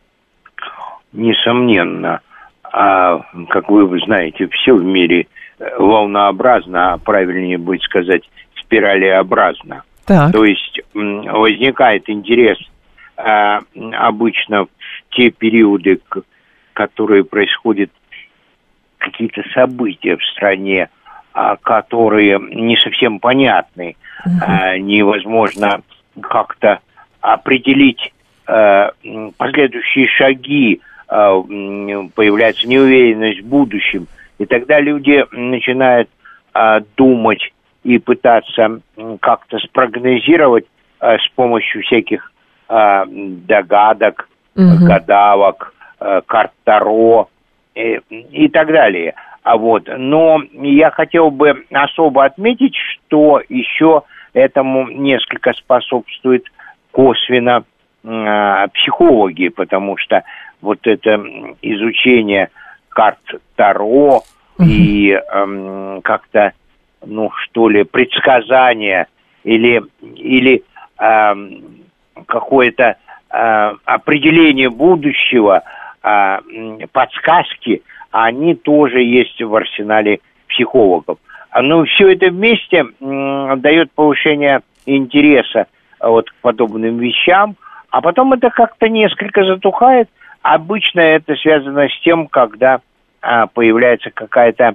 Несомненно. А, как вы знаете, все в мире волнообразно, а правильнее будет сказать спиралеобразно. Так. То есть возникает интерес а, обычно в те периоды, которые происходят какие-то события в стране, а, которые не совсем понятны. Uh-huh. А, невозможно как-то определить а, последующие шаги, а, появляется неуверенность в будущем. И тогда люди начинают а, думать и пытаться как-то спрогнозировать а, с помощью всяких а, догадок, uh-huh. гадавок, а, карт Таро и, и так далее. А вот, но я хотел бы особо отметить, что еще этому несколько способствует косвенно а, психологи, потому что вот это изучение карт Таро uh-huh. и эм, как-то, ну, что ли, предсказания или, или эм, какое-то э, определение будущего, э, подсказки, они тоже есть в арсенале психологов. Но все это вместе э, дает повышение интереса вот к подобным вещам, а потом это как-то несколько затухает. Обычно это связано с тем, когда а, появляется какая-то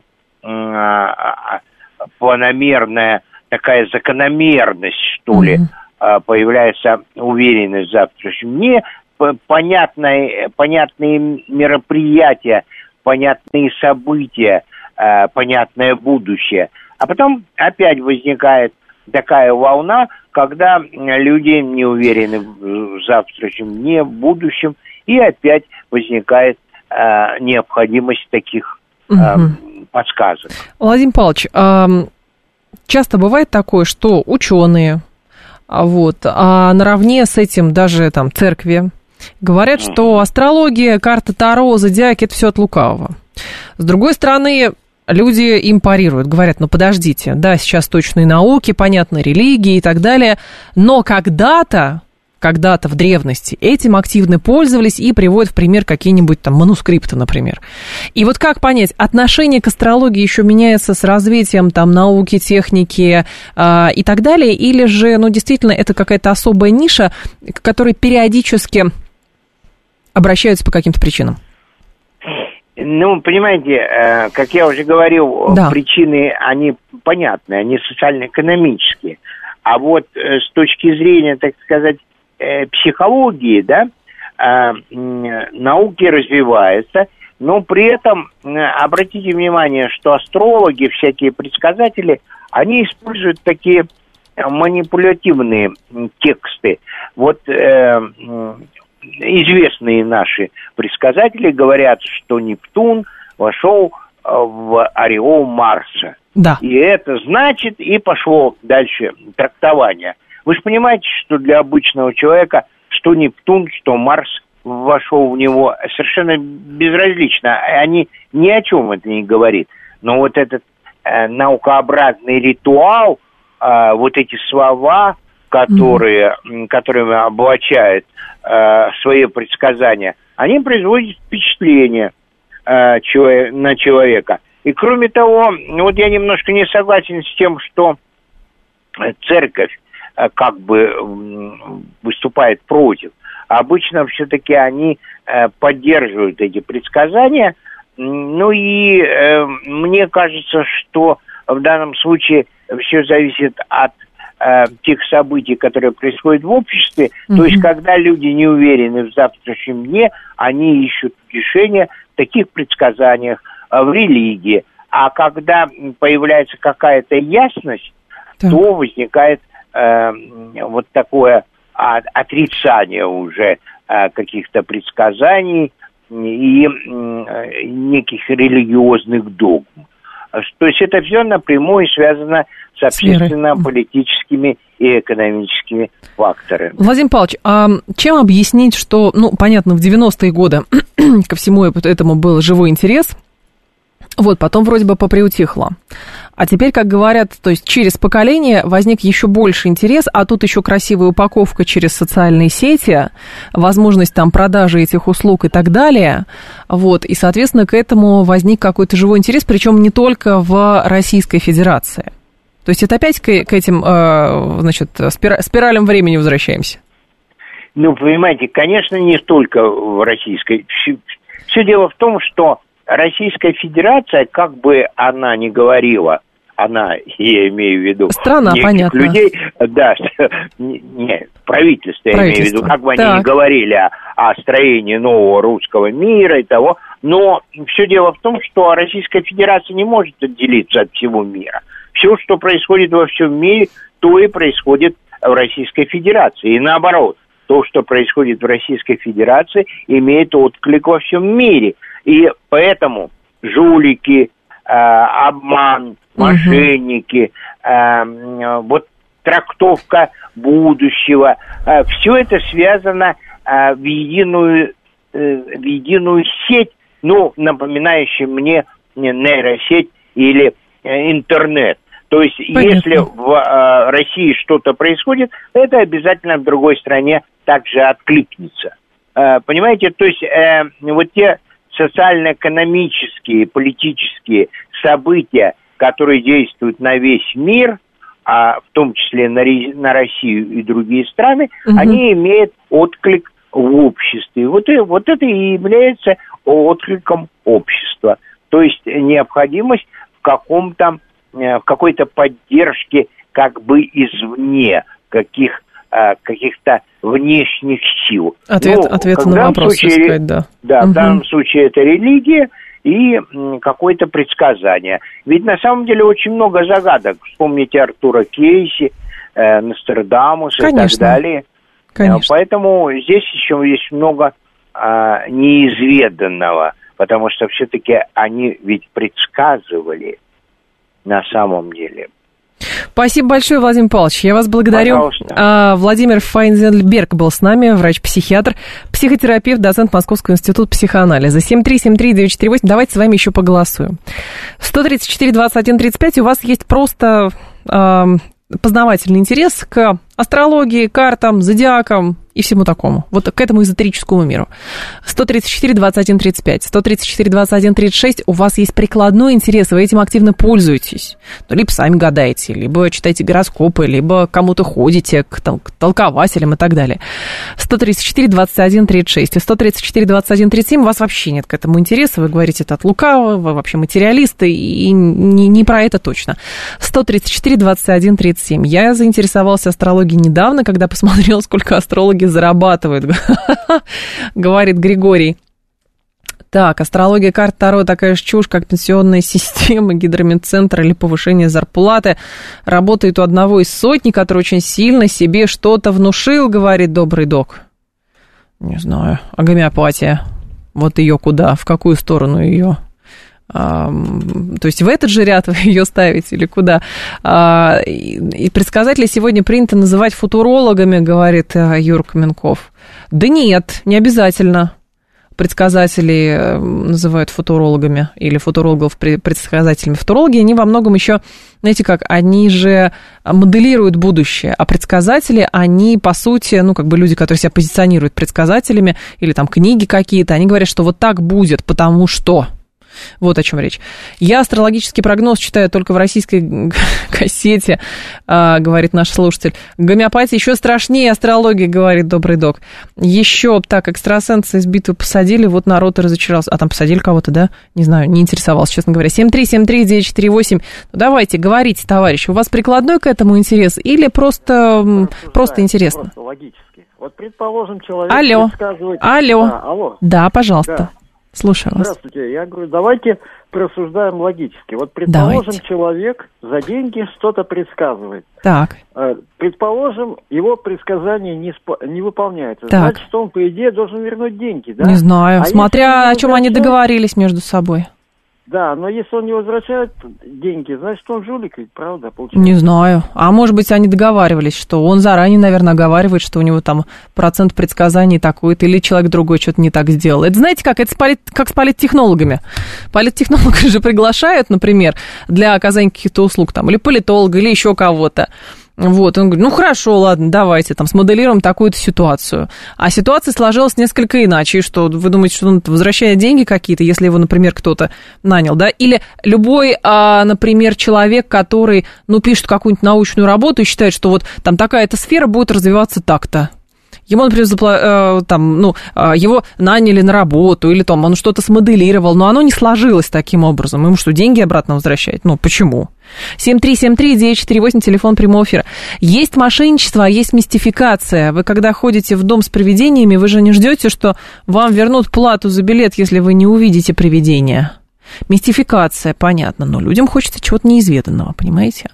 а, планомерная такая закономерность, что ли, mm-hmm. появляется уверенность в завтрашнем дне, понятные, понятные мероприятия, понятные события, понятное будущее. А потом опять возникает такая волна, когда люди не уверены в завтрашнем дне, в будущем, и опять возникает необходимость таких mm-hmm. подсказок. Владимир Павлович, часто бывает такое, что ученые, вот, а наравне с этим даже там церкви говорят, mm-hmm. что астрология, карта Таро, зодиак – это все от лукавого. С другой стороны, люди им парируют, говорят, ну подождите, да, сейчас точные науки, понятно, религии и так далее, но когда-то, когда-то в древности этим активно пользовались и приводят в пример какие-нибудь там манускрипты, например. И вот как понять, отношение к астрологии еще меняется с развитием там науки, техники э, и так далее, или же, ну, действительно, это какая-то особая ниша, к которой периодически обращаются по каким-то причинам? Ну, понимаете, э, как я уже говорил, да. причины, они понятны, они социально-экономические. А вот э, с точки зрения, так сказать, э, психологии, да, э, э, науки развиваются, но при этом э, обратите внимание, что астрологи, всякие предсказатели, они используют такие манипулятивные тексты. Вот э, известные наши предсказатели говорят, что Нептун вошел в ореол Марса. Да. И это значит, и пошло дальше трактование. Вы же понимаете, что для обычного человека, что Нептун, что Марс вошел в него, совершенно безразлично. Они ни о чем это не говорит. Но вот этот э, наукообразный ритуал, э, вот эти слова, которые, mm-hmm. которыми облачают э, свои предсказания, они производят впечатление э, человек, на человека. И кроме того, вот я немножко не согласен с тем, что церковь э, как бы э, выступает против. Обычно все-таки они э, поддерживают эти предсказания. Ну и э, мне кажется, что в данном случае все зависит от тех событий, которые происходят в обществе, mm-hmm. то есть когда люди не уверены в завтрашнем дне, они ищут решения в таких предсказаниях, в религии. А когда появляется какая-то ясность, так. то возникает э, вот такое а, отрицание уже а, каких-то предсказаний и э, неких религиозных догм. То есть это все напрямую связано с общественно-политическими и экономическими факторами. Владимир Павлович, а чем объяснить, что, ну, понятно, в девяностые годы ко всему этому был живой интерес, вот, потом вроде бы поприутихло. А теперь, как говорят, то есть через поколение возник еще больше интерес, а тут еще красивая упаковка через социальные сети, возможность там продажи этих услуг и так далее. Вот, и, соответственно, к этому возник какой-то живой интерес, причем не только в Российской Федерации. То есть это опять к, к этим, значит, спиралям времени возвращаемся? Ну, понимаете, конечно, не только в Российской. Все, все дело в том, что Российская Федерация, как бы она ни говорила, она, я имею в виду... Страна, понятно. Людей, да, не, не правительство, я имею в виду, как бы так. они ни говорили о, о строении нового русского мира и того, но все дело в том, что Российская Федерация не может отделиться от всего мира. Все, что происходит во всем мире, то и происходит в Российской Федерации. И наоборот, то, что происходит в Российской Федерации, имеет отклик во всем мире. И поэтому жулики, э, обман, мошенники, э, вот трактовка будущего, э, все это связано э, в единую, э, в единую сеть, ну, напоминающую мне нейросеть или э, интернет. То есть, понятно. Если в э, России что-то происходит, это обязательно в другой стране также откликнется. Э, понимаете, то есть э, вот те социально-экономические, политические события, которые действуют на весь мир, а в том числе на, на Россию и другие страны, угу. они имеют отклик в обществе. Вот, и, вот это и является откликом общества. То есть необходимость в каком-то, в какой-то поддержке как бы извне, каких, каких-то внешних сил. Ответ, ну, ответ на вопрос, случае, сказать, да. Да, угу. в данном случае это религия и какое-то предсказание. Ведь на самом деле очень много загадок. Вспомните Артура Кейси, э, Нострадамус и так далее. Конечно. Поэтому здесь еще есть много э, неизведанного, потому что все-таки они ведь предсказывали на самом деле. Спасибо большое, Владимир Павлович. Я вас благодарю. Пожалуйста. Владимир Файнзенберг был с нами, врач-психиатр, психотерапевт, доцент Московского института психоанализа. семь три семь три девять четыре восемь. Давайте с вами еще поголосуем. сто тридцать четыре двадцать один тридцать пять. У вас есть просто э, познавательный интерес к астрологии, картам, зодиакам и всему такому. Вот к этому эзотерическому миру. сто тридцать четыре двадцать один тридцать пять, сто тридцать четыре двадцать один тридцать шесть. У вас есть прикладной интерес, вы этим активно пользуетесь. Ну, либо сами гадаете, либо читаете гороскопы, либо кому-то ходите, к, там, к толкователям и так далее. сто тридцать четыре двадцать один тридцать шесть и сто тридцать четыре двадцать один тридцать семь. У вас вообще нет к этому интереса. Вы говорите, это от лукавого, вы вообще материалисты, и не, не про это точно. сто тридцать четыре двадцать один тридцать семь. Я заинтересовалась астрологией недавно, когда посмотрела, сколько астрологи зарабатывают, говорит Григорий. Так, астрология, карт Таро такая же чушь, как пенсионная система, гидромедцентр или повышение зарплаты. Работает у одного из сотни, который очень сильно себе что-то внушил, говорит добрый док. Не знаю, а гомеопатия, вот ее куда, в какую сторону ее? А, то есть в этот же ряд вы ее ставите или куда? А, и, и предсказателей сегодня принято называть футурологами, говорит Юр Каменков. Да нет, не обязательно. Предсказателей называют футурологами или футурологов предсказателями. Футурологи, они во многом еще, знаете как, они же моделируют будущее, а предсказатели, они, по сути, ну, как бы люди, которые себя позиционируют предсказателями, или там книги какие-то, они говорят, что вот так будет, потому что... Вот о чем речь. Я астрологический прогноз читаю только в российской кассете, говорит наш слушатель. Гомеопатия еще страшнее астрологии, говорит добрый док. Еще так, экстрасенсы из битвы посадили, вот народ и разочаровался. А там посадили кого-то, да? Не знаю, не интересовался, честно говоря. семь три семь три девять четыре восемь. Ну, давайте, говорите, товарищ, у вас прикладной к этому интерес или просто, просто интересно? Просто логически. Вот, предположим, человек алло. предсказывает... Алло. Да, алло. Да, пожалуйста. Да. Слушаю вас. Здравствуйте. Я говорю, давайте просуждаем логически. Вот, предположим, давайте. Человек за деньги что-то предсказывает. Так. Предположим, его предсказание не, спо- не выполняется. Так. Значит, что он, по идее, должен вернуть деньги, да? Не знаю. А смотря о чем возвращает... они договорились между собой. Да, но если он не возвращает деньги, значит, он жулик, ведь, правда, получается? Не знаю. А может быть, они договаривались, что он заранее, наверное, оговаривает, что у него там процент предсказаний такой-то, или человек другой что-то не так сделал. Это знаете как? Это с полит... как с политтехнологами. Политтехнологи же приглашают, например, для оказания каких-то услуг, там, или политолога, или еще кого-то. Вот, он говорит, ну хорошо, ладно, давайте там смоделируем такую-то ситуацию. А ситуация сложилась несколько иначе. И что, вы думаете, что он возвращает деньги какие-то, если его, например, кто-то нанял, да? Или любой, а, например, человек, который, ну, пишет какую-нибудь научную работу и считает, что вот там такая-то сфера будет развиваться так-то. Ему, например, запла- там, ну, его наняли на работу, или там он что-то смоделировал, но оно не сложилось таким образом. Ему что, деньги обратно возвращать? Ну, почему? семь три семь три девять четыре восемь, телефон прямого эфира. Есть мошенничество, а есть мистификация. Вы, когда ходите в дом с привидениями, вы же не ждете, что вам вернут плату за билет, если вы не увидите привидения. Мистификация, понятно, но людям хочется чего-то неизведанного, понимаете?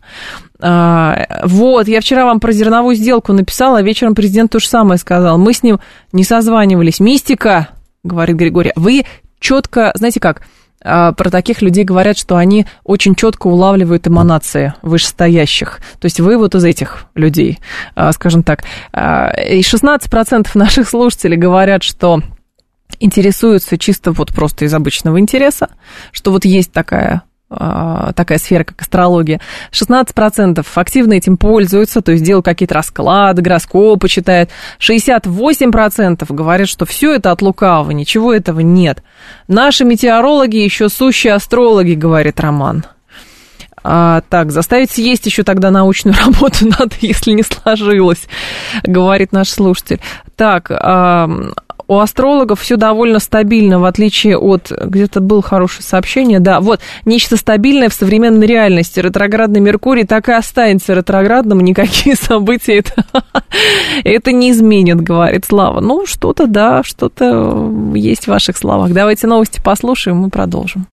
А, вот, я вчера вам про зерновую сделку написала, а вечером президент то же самое сказал. Мы с ним не созванивались. Мистика, говорит Григорий. Вы четко, знаете как, про таких людей говорят, что они очень четко улавливают эманации вышестоящих. То есть вы вот из этих людей, скажем так. И шестнадцать процентов наших слушателей говорят, что интересуются чисто вот просто из обычного интереса, что вот есть такая, такая сфера, как астрология. шестнадцать процентов активно этим пользуются, то есть делают какие-то расклады, гороскопы читают. шестьдесят восемь процентов говорят, что все это от лукавого, ничего этого нет. Наши метеорологи еще сущие астрологи, говорит Роман. А, так, заставить съесть еще тогда научную работу надо, если не сложилось, говорит наш слушатель. Так, а, у астрологов все довольно стабильно, в отличие от... Где-то было хорошее сообщение, да. Вот, нечто стабильное в современной реальности. Ретроградный Меркурий так и останется ретроградным, никакие события это, это не изменят, говорит Слава. Ну, что-то, да, что-то есть в ваших словах. Давайте новости послушаем и продолжим.